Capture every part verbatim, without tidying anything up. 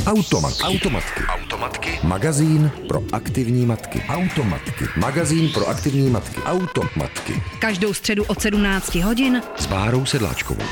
Automatky. Automatky. Automatky. Magazín pro aktivní matky. Automatky. Magazín pro aktivní matky. Automatky. Každou středu od sedmnácti hodin s Bárou Sedláčkovou.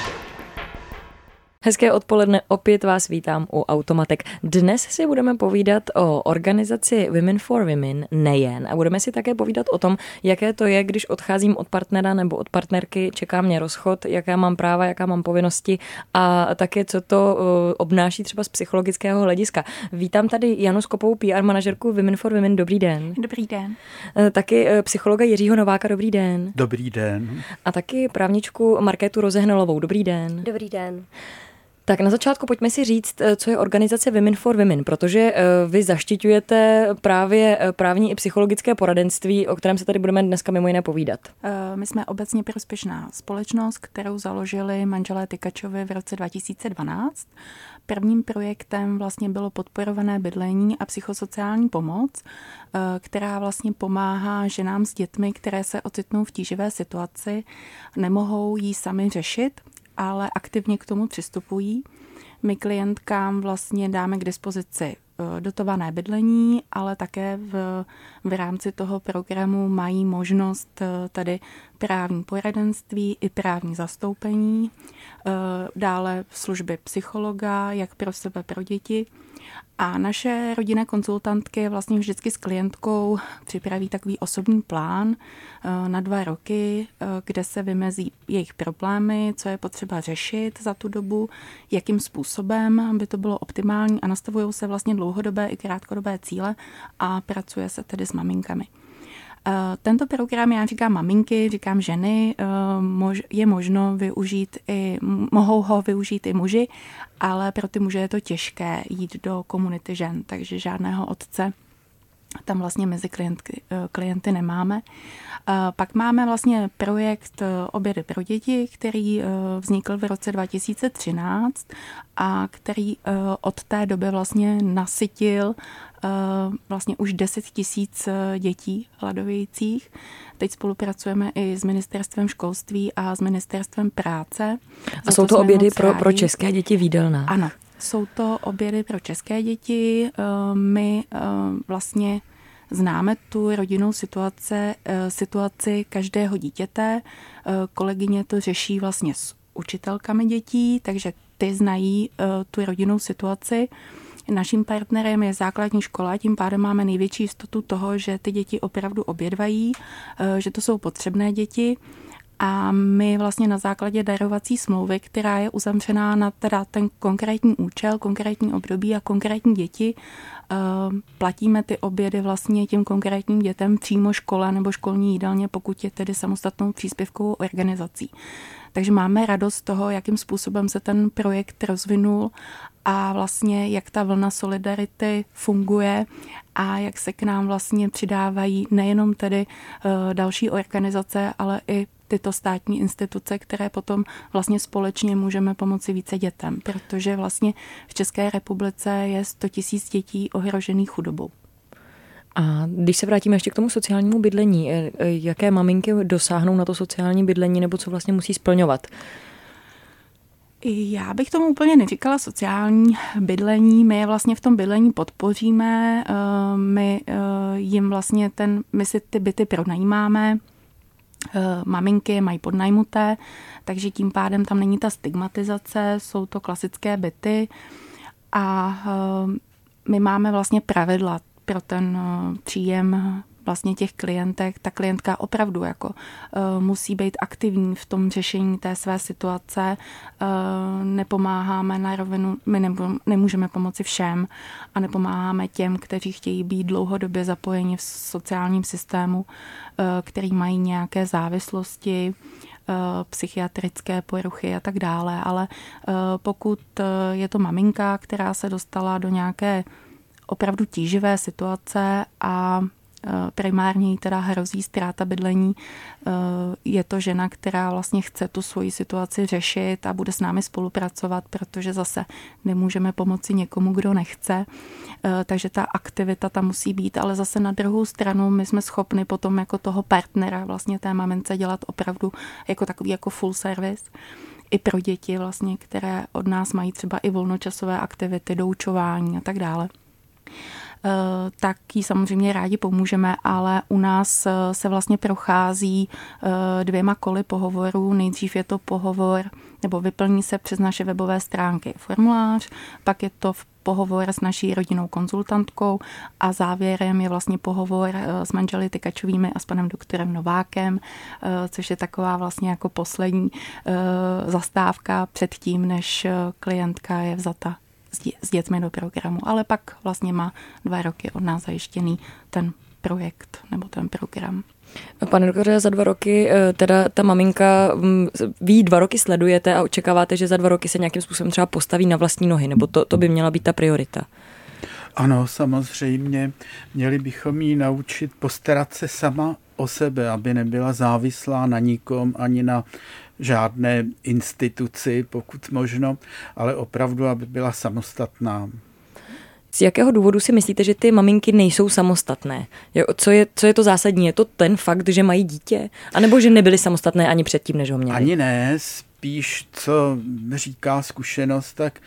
Hezké odpoledne, opět vás vítám u Automatek. Dnes si budeme povídat o organizaci Women for Women nejen a budeme si také povídat o tom, jaké to je, když odcházím od partnera nebo od partnerky, čeká mě rozchod, jaká mám práva, jaká mám povinnosti a také, co to obnáší třeba z psychologického hlediska. Vítám tady Janu Skopovou, P R manažerku Women for Women. Dobrý den. Dobrý den. Taky psychologa Jiřího Nováka. Dobrý den. Dobrý den. A taky právničku Markétu Rozehnalovou. Dobrý den. Dobrý den. Tak na začátku pojďme si říct, co je organizace Women for Women, protože vy zaštiťujete právě právní i psychologické poradenství, o kterém se tady budeme dneska mimo jiné povídat. My jsme obecně prospěšná společnost, kterou založili manželé Tykačovi v roce dva tisíce dvanáct. Prvním projektem vlastně bylo podporované bydlení a psychosociální pomoc, která vlastně pomáhá ženám s dětmi, které se ocitnou v tíživé situaci, nemohou ji sami řešit, ale aktivně k tomu přistupují. My klientkám vlastně dáme k dispozici dotované bydlení, ale také v, v rámci toho programu mají možnost tady právní poradenství i právní zastoupení, dále služby psychologa, jak pro sebe, pro děti. A naše rodinné konzultantky vlastně vždycky s klientkou připraví takový osobní plán na dva roky, kde se vymezí jejich problémy, co je potřeba řešit za tu dobu, jakým způsobem, aby to bylo optimální a nastavují se vlastně dlouhodobé i krátkodobé cíle a pracuje se tedy s maminkami. Tento program já říkám maminky, říkám ženy, je možno využít i, mohou ho využít i muži, ale pro ty muže je to těžké jít do komunity žen, takže žádného otce tam vlastně mezi klientky, klienty nemáme. Pak máme vlastně projekt Obědy pro děti, který vznikl v roce dva tisíce třináct a který od té doby vlastně nasytil vlastně už deset tisíc dětí hladovějících. Teď spolupracujeme i s ministerstvem školství a s ministerstvem práce. A jsou to obědy pro, pro české děti výdelná? Ano, jsou to obědy pro české děti. My vlastně známe tu rodinnou situaci, situaci každého dítěte. Kolegyně to řeší vlastně s učitelkami dětí, takže ty znají tu rodinnou situaci. Naším partnerem je základní škola, tím pádem máme největší jistotu toho, že ty děti opravdu obědvají, že to jsou potřebné děti. A my vlastně na základě darovací smlouvy, která je uzavřená na teda ten konkrétní účel, konkrétní období a konkrétní děti, platíme ty obědy vlastně těm konkrétním dětem přímo škole nebo školní jídelně, pokud je tedy samostatnou příspěvkovou organizací. Takže máme radost z toho, jakým způsobem se ten projekt rozvinul a vlastně jak ta vlna solidarity funguje a jak se k nám vlastně přidávají nejenom tedy další organizace, ale i tyto státní instituce, které potom vlastně společně můžeme pomoci více dětem, protože vlastně v České republice je sto tisíc dětí ohrožených chudobou. A když se vrátíme ještě k tomu sociálnímu bydlení, jaké maminky dosáhnou na to sociální bydlení nebo co vlastně musí splňovat? Já bych tomu úplně neříkala sociální bydlení, my je vlastně v tom bydlení podpoříme, my jim vlastně ten, my si ty byty pronajímáme, maminky mají podnajmuté, takže tím pádem tam není ta stigmatizace, jsou to klasické byty a my máme vlastně pravidla pro ten příjem vlastně těch klientek. Ta klientka opravdu jako uh, musí být aktivní v tom řešení té své situace. Uh, nepomáháme na rovinu, my ne, nemůžeme pomoci všem a nepomáháme těm, kteří chtějí být dlouhodobě zapojeni v sociálním systému, uh, který mají nějaké závislosti, uh, psychiatrické poruchy a tak dále. Ale uh, pokud uh, je to maminka, která se dostala do nějaké opravdu tíživé situace a primárně jí teda hrozí ztráta bydlení. Je to žena, která vlastně chce tu svoji situaci řešit a bude s námi spolupracovat, protože zase nemůžeme pomoci někomu, kdo nechce. Takže ta aktivita tam musí být, ale zase na druhou stranu my jsme schopni potom jako toho partnera vlastně té mamince dělat opravdu jako takový jako full service. i pro děti vlastně, které od nás mají třeba i volnočasové aktivity, doučování a tak dále. Tak jí samozřejmě rádi pomůžeme, ale u nás se vlastně prochází dvěma koly pohovorů. Nejdřív je to pohovor, nebo vyplní se přes naše webové stránky formulář, pak je to pohovor s naší rodinnou konzultantkou a závěrem je vlastně pohovor s manželi Tykačovými a s panem doktorem Novákem, což je taková vlastně jako poslední zastávka před tím, než klientka je vzata s dětmi do programu, ale pak vlastně má dva roky od nás zajištěný ten projekt nebo ten program. Pane doktore, za dva roky teda ta maminka, vy dva roky sledujete a očekáváte, že za dva roky se nějakým způsobem třeba postaví na vlastní nohy, nebo to, to by měla být ta priorita? Ano, samozřejmě. Měli bychom jí naučit postarat se sama o sebe, aby nebyla závislá na nikom, ani na žádné instituci, pokud možno, ale opravdu, aby byla samostatná. Z jakého důvodu si myslíte, že ty maminky nejsou samostatné? Co je, co je to zásadní? Je to ten fakt, že mají dítě? A nebo že nebyly samostatné ani předtím, než ho měli? Ani ne, spíš, co říká zkušenost, tak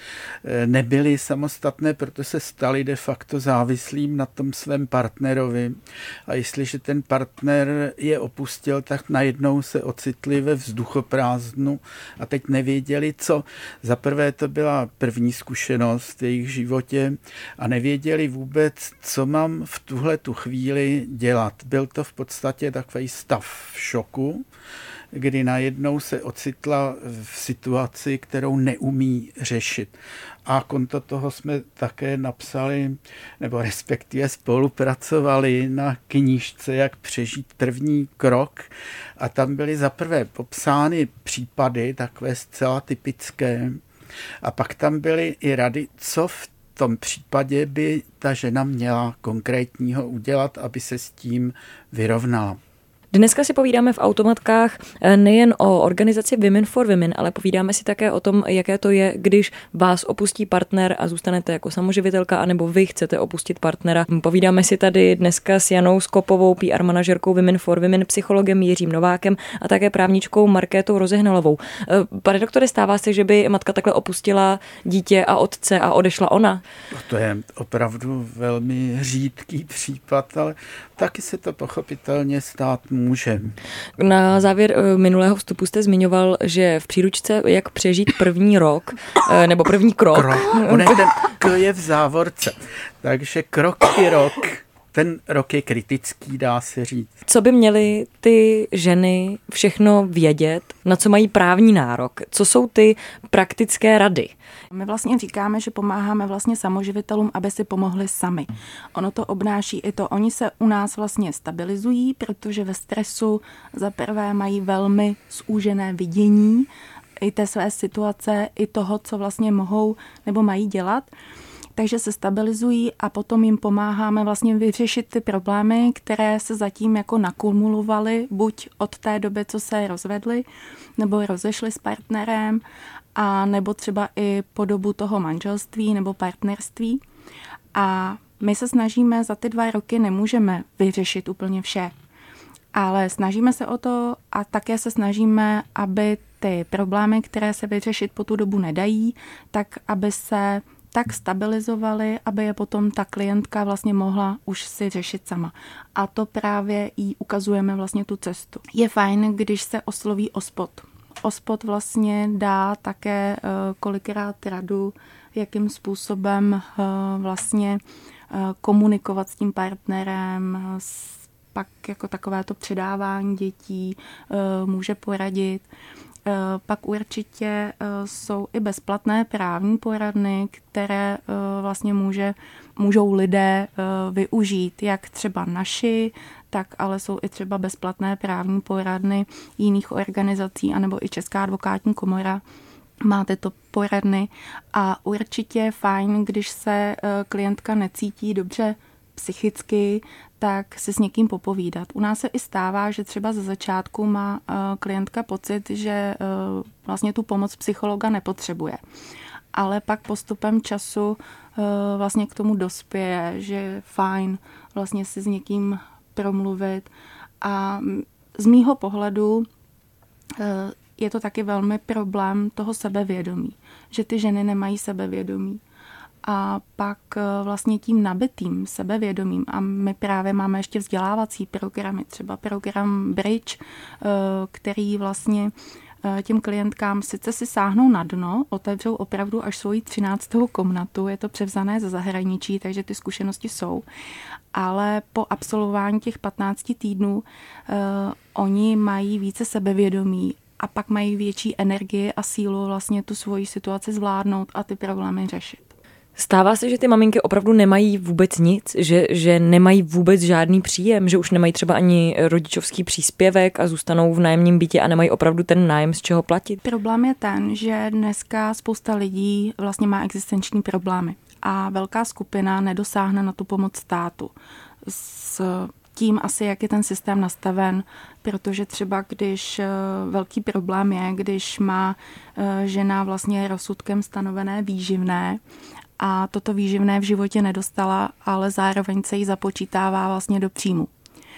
nebyly samostatné, proto se stali de facto závislým na tom svém partnerovi. A jestliže ten partner je opustil, tak najednou se ocitli ve vzduchoprázdnu a teď nevěděli, co. Za prvé to byla první zkušenost v jejich životě a nevěděli vůbec, co mám v tuhle tu chvíli dělat. Byl to v podstatě takový stav šoku, kdy najednou se ocitla v situaci, kterou neumí řešit. A konto toho jsme také napsali, nebo respektive spolupracovali na knížce, jak přežít první krok. A tam byly zaprvé popsány případy, takové zcela typické. A pak tam byly i rady, co v tom případě by ta žena měla konkrétního udělat, aby se s tím vyrovnala. Dneska si povídáme v Automatkách nejen o organizaci Women for Women, ale povídáme si také o tom, jaké to je, když vás opustí partner a zůstanete jako samoživitelka, anebo vy chcete opustit partnera. Povídáme si tady dneska s Janou Skopovou, P R manažerkou Women for Women, psychologem Jiřím Novákem a také právničkou Markétou Rozehnalovou. Pane doktore, stává se, že by matka takhle opustila dítě a otce a odešla ona? To je opravdu velmi řídký případ, ale taky se to pochopitelně stát může. Na závěr minulého vstupu jste zmiňoval, že v příručce Jak přežít první rok, nebo první krok. Krok. On je ten K je v závorce. Takže krok i rok. Ten rok je kritický, dá se říct. Co by měly ty ženy všechno vědět, na co mají právní nárok? Co jsou ty praktické rady? My vlastně říkáme, že pomáháme vlastně samoživitelům, aby si pomohli sami. Ono to obnáší i to, oni se u nás vlastně stabilizují, protože ve stresu za prvé mají velmi zúžené vidění i té své situace, i toho, co vlastně mohou nebo mají dělat. Takže se stabilizují a potom jim pomáháme vlastně vyřešit ty problémy, které se zatím jako nakumulovaly, buď od té doby, co se rozvedli, nebo rozešli s partnerem, a nebo třeba i po dobu toho manželství nebo partnerství. A my se snažíme za ty dva roky, nemůžeme vyřešit úplně vše, ale snažíme se o to a také se snažíme, aby ty problémy, které se vyřešit po tu dobu nedají, tak aby se tak stabilizovali, aby je potom ta klientka vlastně mohla už si řešit sama. A to právě jí ukazujeme vlastně tu cestu. Je fajn, když se osloví OSPOD. OSPOD vlastně dá také kolikrát radu, jakým způsobem vlastně komunikovat s tím partnerem, pak jako takovéto předávání dětí může poradit. Pak určitě jsou i bezplatné právní poradny, které vlastně může, můžou lidé využít, jak třeba naši, tak ale jsou i třeba bezplatné právní poradny jiných organizací, anebo i Česká advokátní komora. Máte to poradny a určitě je fajn, když se klientka necítí dobře psychicky, tak se s někým popovídat. U nás se i stává, že třeba ze začátku má klientka pocit, že vlastně tu pomoc psychologa nepotřebuje. Ale pak postupem času vlastně k tomu dospěje, že je fajn vlastně si s někým promluvit. A z mýho pohledu je to taky velmi problém toho sebevědomí, že ty ženy nemají sebevědomí. A pak vlastně tím nabitým sebevědomím, a my právě máme ještě vzdělávací programy, třeba program Bridge, který vlastně těm klientkám sice si sáhnou na dno, otevřou opravdu až svoji třináctou komnatu, je to převzané ze zahraničí, takže ty zkušenosti jsou, ale po absolvování těch patnácti týdnů uh, oni mají více sebevědomí a pak mají větší energii a sílu vlastně tu svoji situaci zvládnout a ty problémy řešit. Stává se, že ty maminky opravdu nemají vůbec nic, že, že nemají vůbec žádný příjem, že už nemají třeba ani rodičovský příspěvek a zůstanou v nájemním bytě a nemají opravdu ten nájem z čeho platit? Problém je ten, že dneska spousta lidí vlastně má existenční problémy a velká skupina nedosáhne na tu pomoc státu. S tím asi, jak je ten systém nastaven, protože třeba když velký problém je, když má žena vlastně rozsudkem stanovené výživné, a toto výživné v životě nedostala, ale zároveň se jí započítává vlastně do příjmu.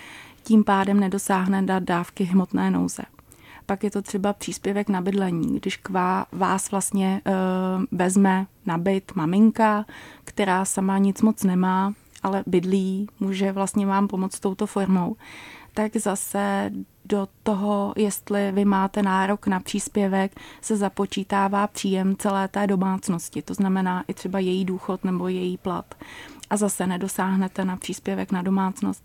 Tím pádem nedosáhne dát dávky hmotné nouze. Pak je to třeba příspěvek na bydlení, když k vás vlastně e, vezme na byt maminka, která sama nic moc nemá, ale bydlí, může vlastně vám pomoct touto formou, tak zase do toho, jestli vy máte nárok na příspěvek, se započítává příjem celé té domácnosti. To znamená i třeba její důchod nebo její plat. A zase nedosáhnete na příspěvek na domácnost.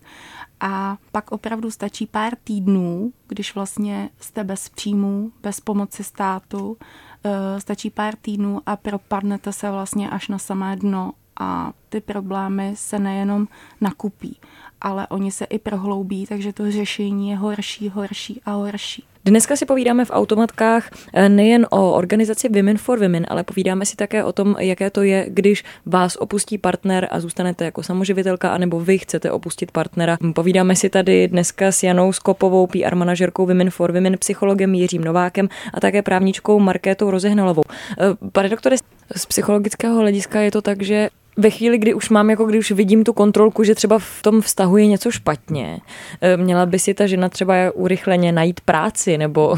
A pak opravdu stačí pár týdnů, když vlastně jste bez příjmu, bez pomoci státu, stačí pár týdnů a propadnete se vlastně až na samé dno. A ty problémy se nejenom nakupí, ale oni se i prohloubí, takže to řešení je horší, horší a horší. Dneska si povídáme v Automatkách nejen o organizaci Women for Women, ale povídáme si také o tom, jaké to je, když vás opustí partner a zůstanete jako samoživitelka, anebo vy chcete opustit partnera. Povídáme si tady dneska s Janou Skopovou, P R manažerkou Women for Women, psychologem Jiřím Novákem a také právničkou Markétou Rozehnalovou. Pane doktore, z psychologického hlediska je to tak, že ve chvíli, kdy už mám, jako když už vidím tu kontrolku, že třeba v tom vztahu je něco špatně, měla by si ta žena třeba urychleně najít práci, nebo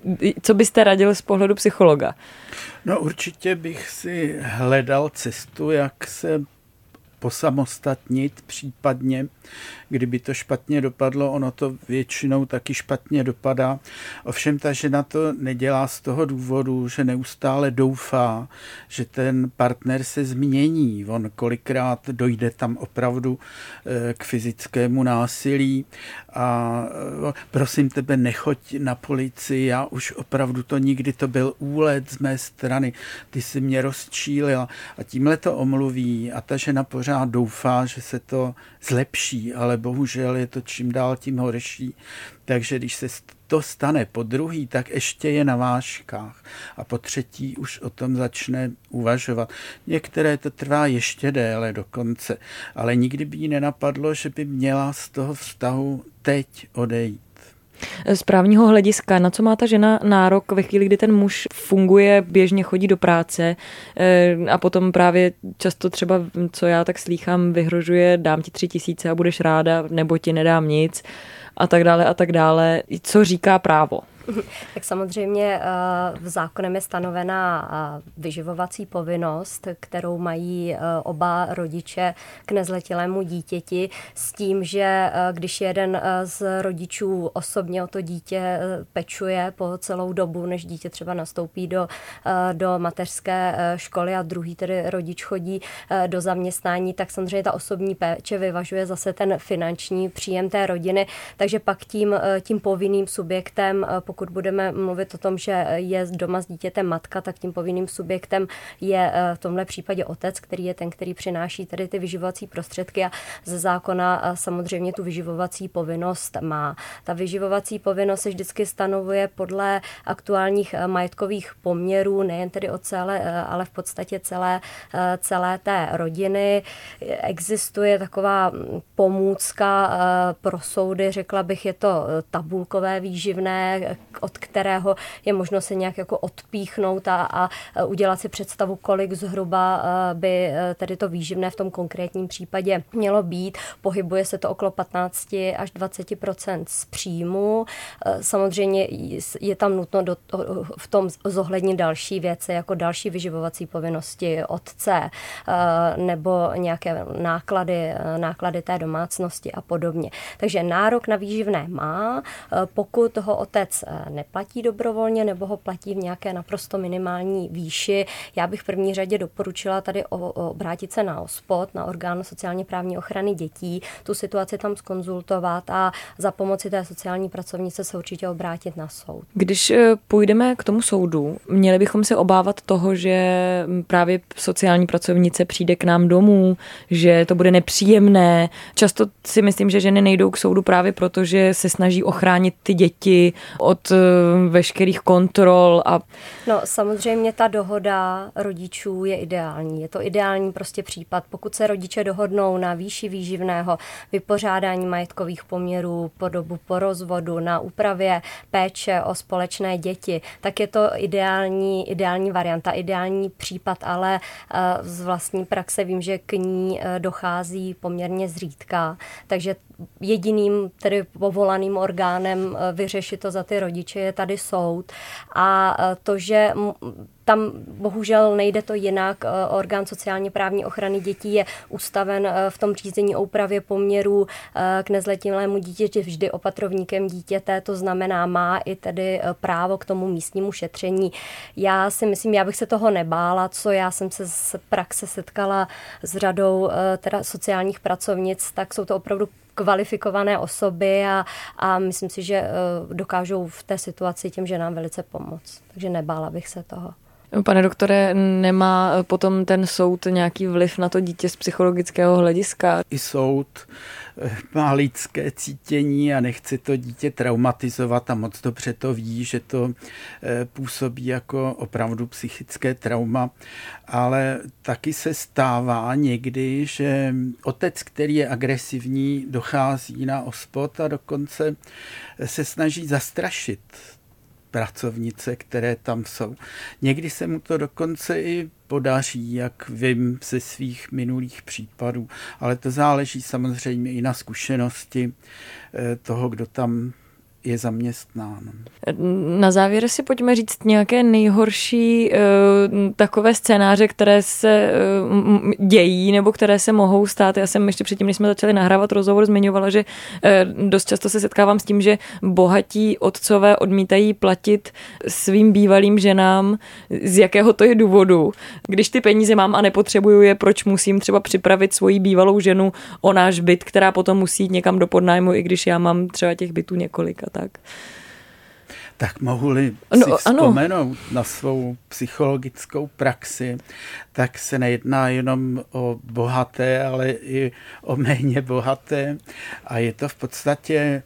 co byste radil z pohledu psychologa? No určitě bych si hledal cestu, jak se posamostatnit, případně, kdyby to špatně dopadlo, ono to většinou taky špatně dopadá. Ovšem ta žena to nedělá z toho důvodu, že neustále doufá, že ten partner se změní. On kolikrát dojde tam opravdu k fyzickému násilí a prosím tebe, nechoď na policii, já už opravdu to nikdy, to byl úlet z mé strany, ty jsi mě rozčílila a tímhle to omluví a ta žena pořád doufá, že se to zlepší, ale bohužel je to čím dál tím horší. Takže když se to stane po druhý, tak ještě je na vážkách a po třetí už o tom začne uvažovat. Některé to trvá ještě déle dokonce, ale nikdy by jí nenapadlo, že by měla z toho vztahu teď odejít. Z právního hlediska, na co má ta žena nárok ve chvíli, kdy ten muž funguje, běžně chodí do práce a potom právě často třeba, co já tak slýchám, vyhrožuje, dám ti tři tisíce a budeš ráda, nebo ti nedám nic a tak dále a tak dále. Co říká právo? Tak samozřejmě v zákonem je stanovená vyživovací povinnost, kterou mají oba rodiče k nezletilému dítěti s tím, že když jeden z rodičů osobně o to dítě pečuje po celou dobu, než dítě třeba nastoupí do, do mateřské školy a druhý tedy rodič chodí do zaměstnání, tak samozřejmě ta osobní péče vyvažuje zase ten finanční příjem té rodiny, takže pak tím, tím povinným subjektem, pokud budeme mluvit o tom, že je doma s dítětem matka, tak tím povinným subjektem je v tomhle případě otec, který je ten, který přináší tedy ty vyživovací prostředky a ze zákona samozřejmě tu vyživovací povinnost má. Ta vyživovací povinnost se vždycky stanovuje podle aktuálních majetkových poměrů, nejen tedy o celé, ale v podstatě celé, celé té rodiny. Existuje taková pomůcka pro soudy, řekla bych, je to tabulkové výživné, od kterého je možno se nějak jako odpíchnout a, a udělat si představu, kolik zhruba by tedy to výživné v tom konkrétním případě mělo být. Pohybuje se to okolo patnáct až dvacet procent z příjmu. Samozřejmě je tam nutno do, v tom zohlednit další věci, jako další vyživovací povinnosti otce nebo nějaké náklady, náklady té domácnosti a podobně. Takže nárok na výživné má, pokud ho otec neplatí dobrovolně nebo ho platí v nějaké naprosto minimální výši. Já bych v první řadě doporučila tady obrátit se na OSPOD, na orgán sociálně právní ochrany dětí, tu situaci tam zkonzultovat a za pomoci té sociální pracovnice se určitě obrátit na soud. Když půjdeme k tomu soudu, měli bychom se obávat toho, že právě sociální pracovnice přijde k nám domů, že to bude nepříjemné. Často si myslím, že ženy nejdou k soudu právě proto, že se snaží ochránit ty děti od veškerých kontrol. A... No samozřejmě ta dohoda rodičů je ideální. Je to ideální prostě případ. Pokud se rodiče dohodnou na výši výživného, vypořádání majetkových poměrů po dobu po rozvodu, na úpravě péče o společné děti, tak je to ideální, ideální varianta, ideální případ, ale z vlastní praxe vím, že k ní dochází poměrně zřídka. Takže jediným tedy povolaným orgánem vyřešit to za ty rodiče je tady soud. A to, že tam bohužel nejde to jinak. Orgán sociálně právní ochrany dětí je ustaven v tom řízení o úpravě poměrů k nezletilému dítěti vždy opatrovníkem dítěte, to znamená má i tedy právo k tomu místnímu šetření. Já si myslím, já bych se toho nebála, co já jsem se z praxe setkala s řadou teda sociálních pracovnic, tak jsou to opravdu kvalifikované osoby a, a myslím si, že dokážou v té situaci těm ženám velice pomoct. Takže nebála bych se toho. Pane doktore, nemá potom ten soud nějaký vliv na to dítě z psychologického hlediska? I soud má lidské cítění a nechce to dítě traumatizovat a moc dobře to ví, že to působí jako opravdu psychické trauma, ale taky se stává někdy, že otec, který je agresivní, dochází na OSPOD a dokonce se snaží zastrašit pracovnice, které tam jsou. Někdy se mu to dokonce i podaří, jak vím ze svých minulých případů, ale to záleží samozřejmě i na zkušenosti toho, kdo tam je zaměstnán. Na závěr si pojďme říct nějaké nejhorší uh, takové scénáře, které se uh, dějí nebo které se mohou stát. Já jsem ještě předtím, než jsme začali nahrávat rozhovor, zmiňovala, že uh, dost často se setkávám s tím, že bohatí otcové odmítají platit svým bývalým ženám, z jakého to je důvodu. Když ty peníze mám a nepotřebuju je, proč musím třeba připravit svoji bývalou ženu o náš byt, která potom musí jít někam do podnájmu, i když já mám třeba těch bytů několik a tak. Tak mohu-li no, si vzpomenout ano. na svou psychologickou praxi, tak se nejedná jenom o bohaté, ale i o méně bohaté. A je to v podstatě e,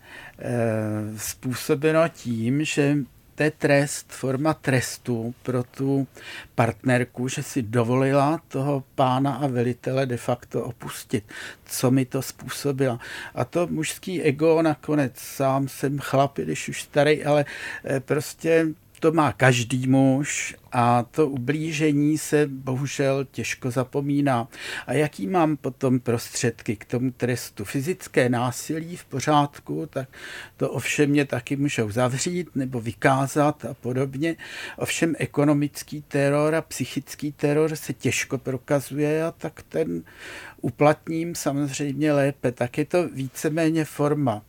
způsobeno tím, že to je trest, forma trestu pro tu partnerku, že si dovolila toho pána a velitele de facto opustit. Co mi to způsobila? A to mužský ego nakonec, sám jsem chlap, když už starý, ale prostě to má každý muž a to ublížení se bohužel těžko zapomíná. A jaký mám potom prostředky k tomu trestu? Fyzické násilí v pořádku, tak to ovšem mě taky můžou zavřít nebo vykázat a podobně. Ovšem ekonomický teror a psychický teror se těžko prokazuje a tak ten uplatním samozřejmě lépe. Tak je to víceméně forma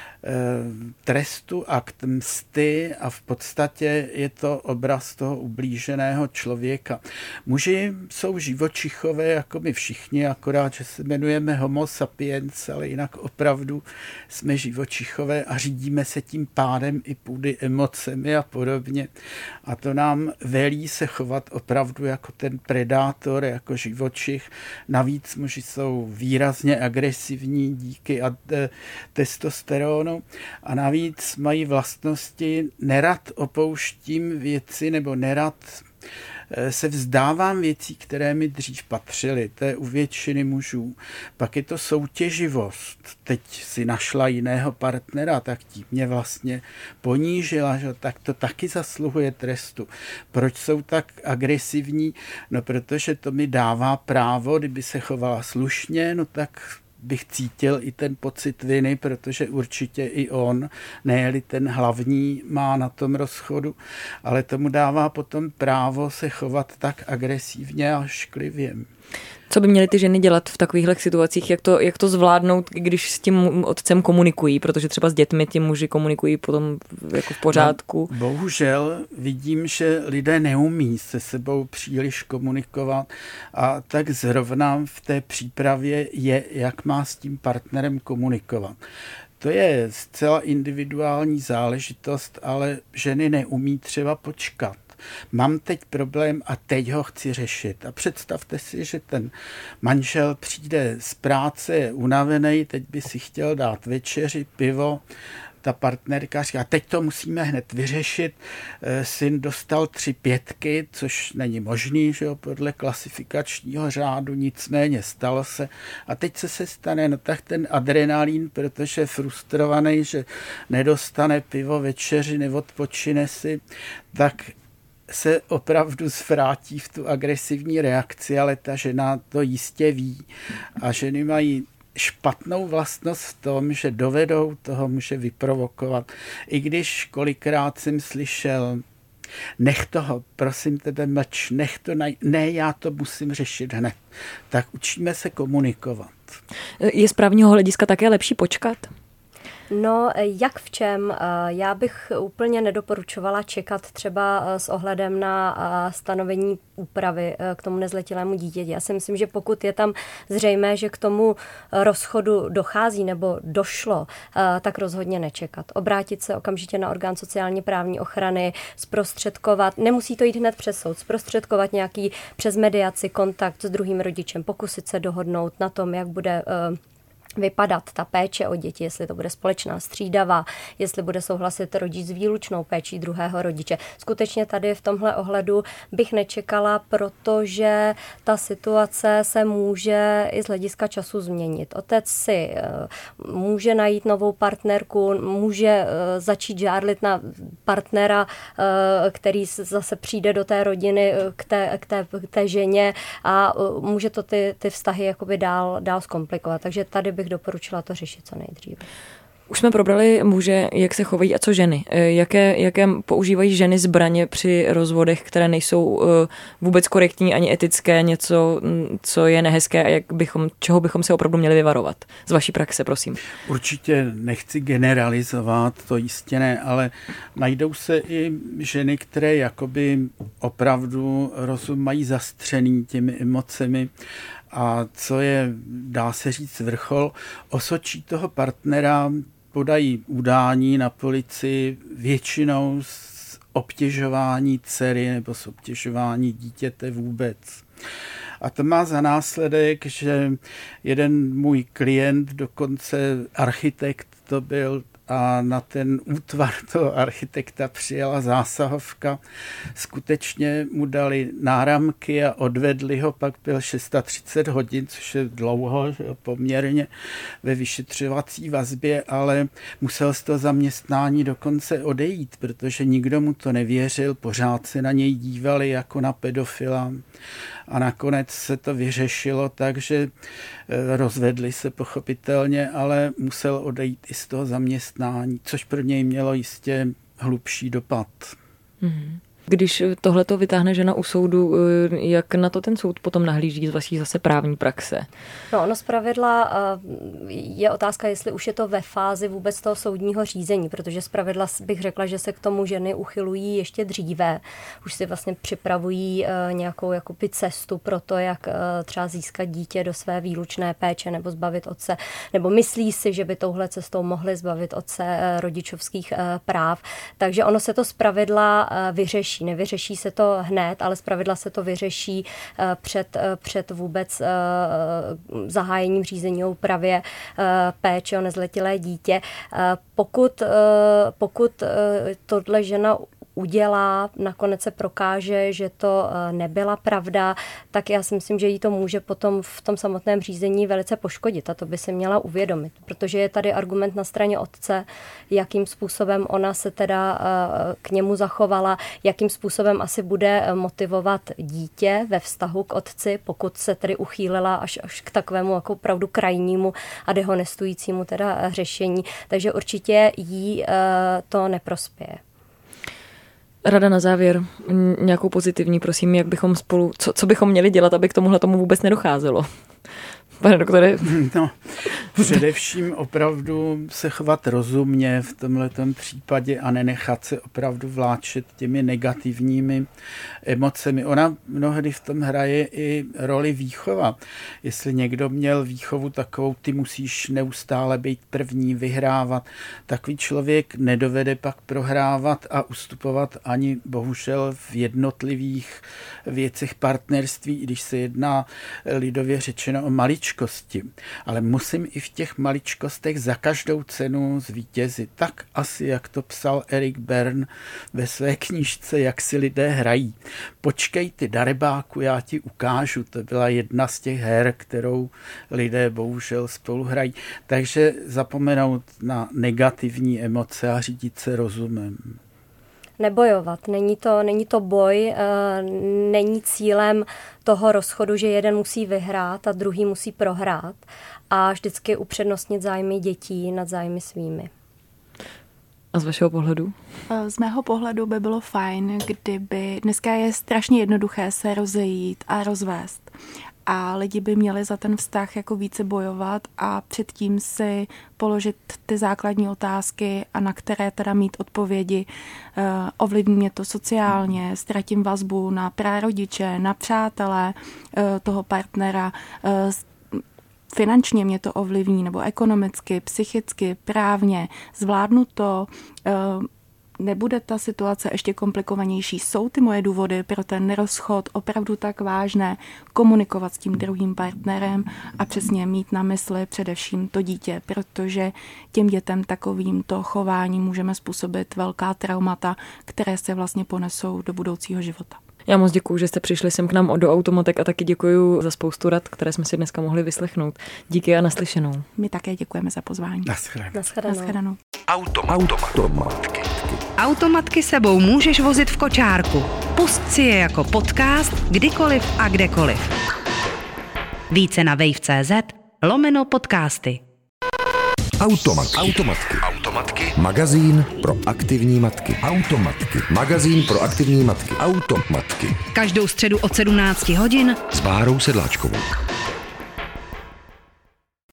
trestu, akt msty a v podstatě je to obraz toho ublíženého člověka. Muži jsou živočichové jako my všichni, akorát, že se jmenujeme homo sapiens, ale jinak opravdu jsme živočichové a řídíme se tím pádem i půdy emocemi a podobně. A to nám velí se chovat opravdu jako ten predátor, jako živočich. Navíc muži jsou výrazně agresivní díky testosteronu a navíc mají vlastnosti nerad opouštím věci nebo nerad se vzdávám věcí, které mi dřív patřily. To je u většiny mužů. Pak je to soutěživost. Teď si našla jiného partnera, tak tím mě vlastně ponížila, že tak to taky zasluhuje trestu. Proč jsou tak agresivní? No, protože to mi dává právo, kdyby se chovala slušně, no tak bych cítil i ten pocit viny, protože určitě i on, ne-li ten hlavní, má na tom rozchodu, ale tomu dává potom právo se chovat tak agresivně a šklivě. Co by měly ty ženy dělat v takovýchhle situacích, jak to, jak to zvládnout, když s tím otcem komunikují, protože třeba s dětmi ti muži komunikují potom jako v pořádku? No, bohužel vidím, že lidé neumí se sebou příliš komunikovat a tak zrovna v té přípravě je, jak má s tím partnerem komunikovat. To je zcela individuální záležitost, ale ženy neumí třeba počkat. Mám teď problém a teď ho chci řešit. A představte si, že ten manžel přijde z práce, je unavený, teď by si chtěl dát večeři, pivo, ta partnerka říká, teď to musíme hned vyřešit. Syn dostal tři pětky, což není možný, že jo, podle klasifikačního řádu, nicméně stalo se. A teď co se stane? No tak ten adrenalín, protože je frustrovaný, že nedostane pivo, večeři, neodpočine si, tak se opravdu zvrátí v tu agresivní reakci, ale ta žena to jistě ví. A ženy mají špatnou vlastnost v tom, že dovedou toho muže vyprovokovat. I když kolikrát jsem slyšel, nech toho, prosím tebe, mlč, nech to, naj... ne, já to musím řešit hned. Tak učíme se komunikovat. Je z právního hlediska také lepší počkat? No, jak v čem? Já bych úplně nedoporučovala čekat třeba s ohledem na stanovení úpravy k tomu nezletilému dítěti. Já si myslím, že pokud je tam zřejmé, že k tomu rozchodu dochází nebo došlo, tak rozhodně nečekat. Obrátit se okamžitě na orgán sociálně právní ochrany, zprostředkovat, nemusí to jít hned přes soud, zprostředkovat nějaký přes mediaci kontakt s druhým rodičem, pokusit se dohodnout na tom, jak bude vypadat ta péče o děti, jestli to bude společná, střídavá, jestli bude souhlasit rodič s výlučnou péčí druhého rodiče. Skutečně tady v tomhle ohledu bych nečekala, protože ta situace se může i z hlediska času změnit. Otec si může najít novou partnerku, může začít žárlit na partnera, který zase přijde do té rodiny k té, k té, k té ženě a může to ty, ty vztahy jakoby dál, dál zkomplikovat. Takže tady bych doporučila to řešit co nejdříve. Už jsme probrali muže, jak se chovají a co ženy. Jaké, jaké používají ženy zbraně při rozvodech, které nejsou vůbec korektní ani etické, něco, co je nehezké a jak bychom, čeho bychom se opravdu měli vyvarovat? Z vaší praxe, prosím. Určitě nechci generalizovat, to jistě ne, ale najdou se i ženy, které jakoby opravdu rozum mají zastřený těmi emocemi. A co je, dá se říct, vrchol, osočí toho partnera, podají udání na policii většinou z obtěžování dcery nebo z obtěžování dítěte vůbec. A to má za následek, že jeden můj klient, dokonce architekt to byl, a na ten útvar toho architekta přijela zásahovka. Skutečně mu dali náramky a odvedli ho, pak byl třicet šest hodin, což je dlouho, že poměrně ve vyšetřovací vazbě, ale musel z toho zaměstnání dokonce odejít, protože nikdo mu to nevěřil, pořád se na něj dívali jako na pedofila. A nakonec se to vyřešilo, takže rozvedli se pochopitelně, ale musel odejít i z toho zaměstnání, což pro něj mělo jistě hlubší dopad. Mm-hmm. Když tohleto vytáhne žena u soudu, jak na to ten soud potom nahlíží z vaší zase právní praxe? No, ono zpravidla je otázka, jestli už je to ve fázi vůbec toho soudního řízení, protože zpravidla bych řekla, že se k tomu ženy uchylují ještě dříve. Už si vlastně připravují nějakou jakoby cestu pro to, jak třeba získat dítě do své výlučné péče nebo zbavit otce, nebo myslí si, že by touhle cestou mohli zbavit otce rodičovských práv. Takže ono se to zpravidla vyřeší. Nevyřeší se to hned, ale zpravidla se to vyřeší před, před vůbec zahájením řízení o úpravě péče o nezletilé dítě. Pokud, pokud tohle žena udělá, nakonec se prokáže, že to nebyla pravda, tak já si myslím, že jí to může potom v tom samotném řízení velice poškodit a to by si měla uvědomit, protože je tady argument na straně otce, jakým způsobem ona se teda k němu zachovala, jakým způsobem asi bude motivovat dítě ve vztahu k otci, pokud se tedy uchýlila až, až k takovému jako opravdu krajnímu a dehonestujícímu teda řešení. Takže určitě jí to neprospěje. Rada na závěr, nějakou pozitivní, prosím, jak bychom spolu, co, co bychom měli dělat, aby k tomuhle tomu vůbec nedocházelo? Pane doktore. No, především opravdu se chovat rozumně v tomhletom případě a nenechat se opravdu vláčet těmi negativními emocemi. Ona mnohdy v tom hraje i roli výchova. Jestli někdo měl výchovu takovou, ty musíš neustále být první, vyhrávat, takový člověk nedovede pak prohrávat a ustupovat ani bohužel v jednotlivých věcech partnerství, i když se jedná lidově řečeno o maličkosti. Ale musím i v těch maličkostech za každou cenu zvítězit. Tak asi, jak to psal Erik Bern ve své knížce Jak si lidé hrají. Počkej ty, darebáku, já ti ukážu. To byla jedna z těch her, kterou lidé bohužel spolu hrají. Takže zapomenout na negativní emoce a řídit se rozumem. Nebojovat. Není to, není to boj, není cílem toho rozchodu, že jeden musí vyhrát a druhý musí prohrát a vždycky upřednostnit zájmy dětí nad zájmy svými. A z vašeho pohledu? Z mého pohledu by bylo fajn, kdyby dneska je strašně jednoduché se rozejít a rozvést. A lidi by měli za ten vztah jako více bojovat a předtím si položit ty základní otázky a na které teda mít odpovědi. Uh, ovlivní mě to sociálně, ztratím vazbu na prarodiče, na přátele uh, toho partnera, uh, finančně mě to ovlivní, nebo ekonomicky, psychicky, právně, zvládnu to, uh, nebude ta situace ještě komplikovanější. Jsou ty moje důvody pro ten rozchod opravdu tak vážné, komunikovat s tím druhým partnerem a přesně mít na mysli především to dítě, protože těm dětem takovýmto chováním můžeme způsobit velká traumata, které se vlastně ponesou do budoucího života. Já moc děkuju, že jste přišli sem k nám do Automatek a taky děkuju za spoustu rad, které jsme si dneska mohli vyslechnout. Díky a naslyšenou. My také děkujeme za pozvání. Naschledanou. Naschledanou. Naschledanou. Automatky. Automatky sebou můžeš vozit v kočárku. Pust si je jako podcast kdykoliv a kdekoliv. Více na wave tečka cé zet lomeno podcasty. Automat. Automatky. Automatky. Magazín pro aktivní matky. Automatky. Magazín pro aktivní matky. Automatky. Každou středu od sedmnácti hodin s Bárou Sedláčkovou.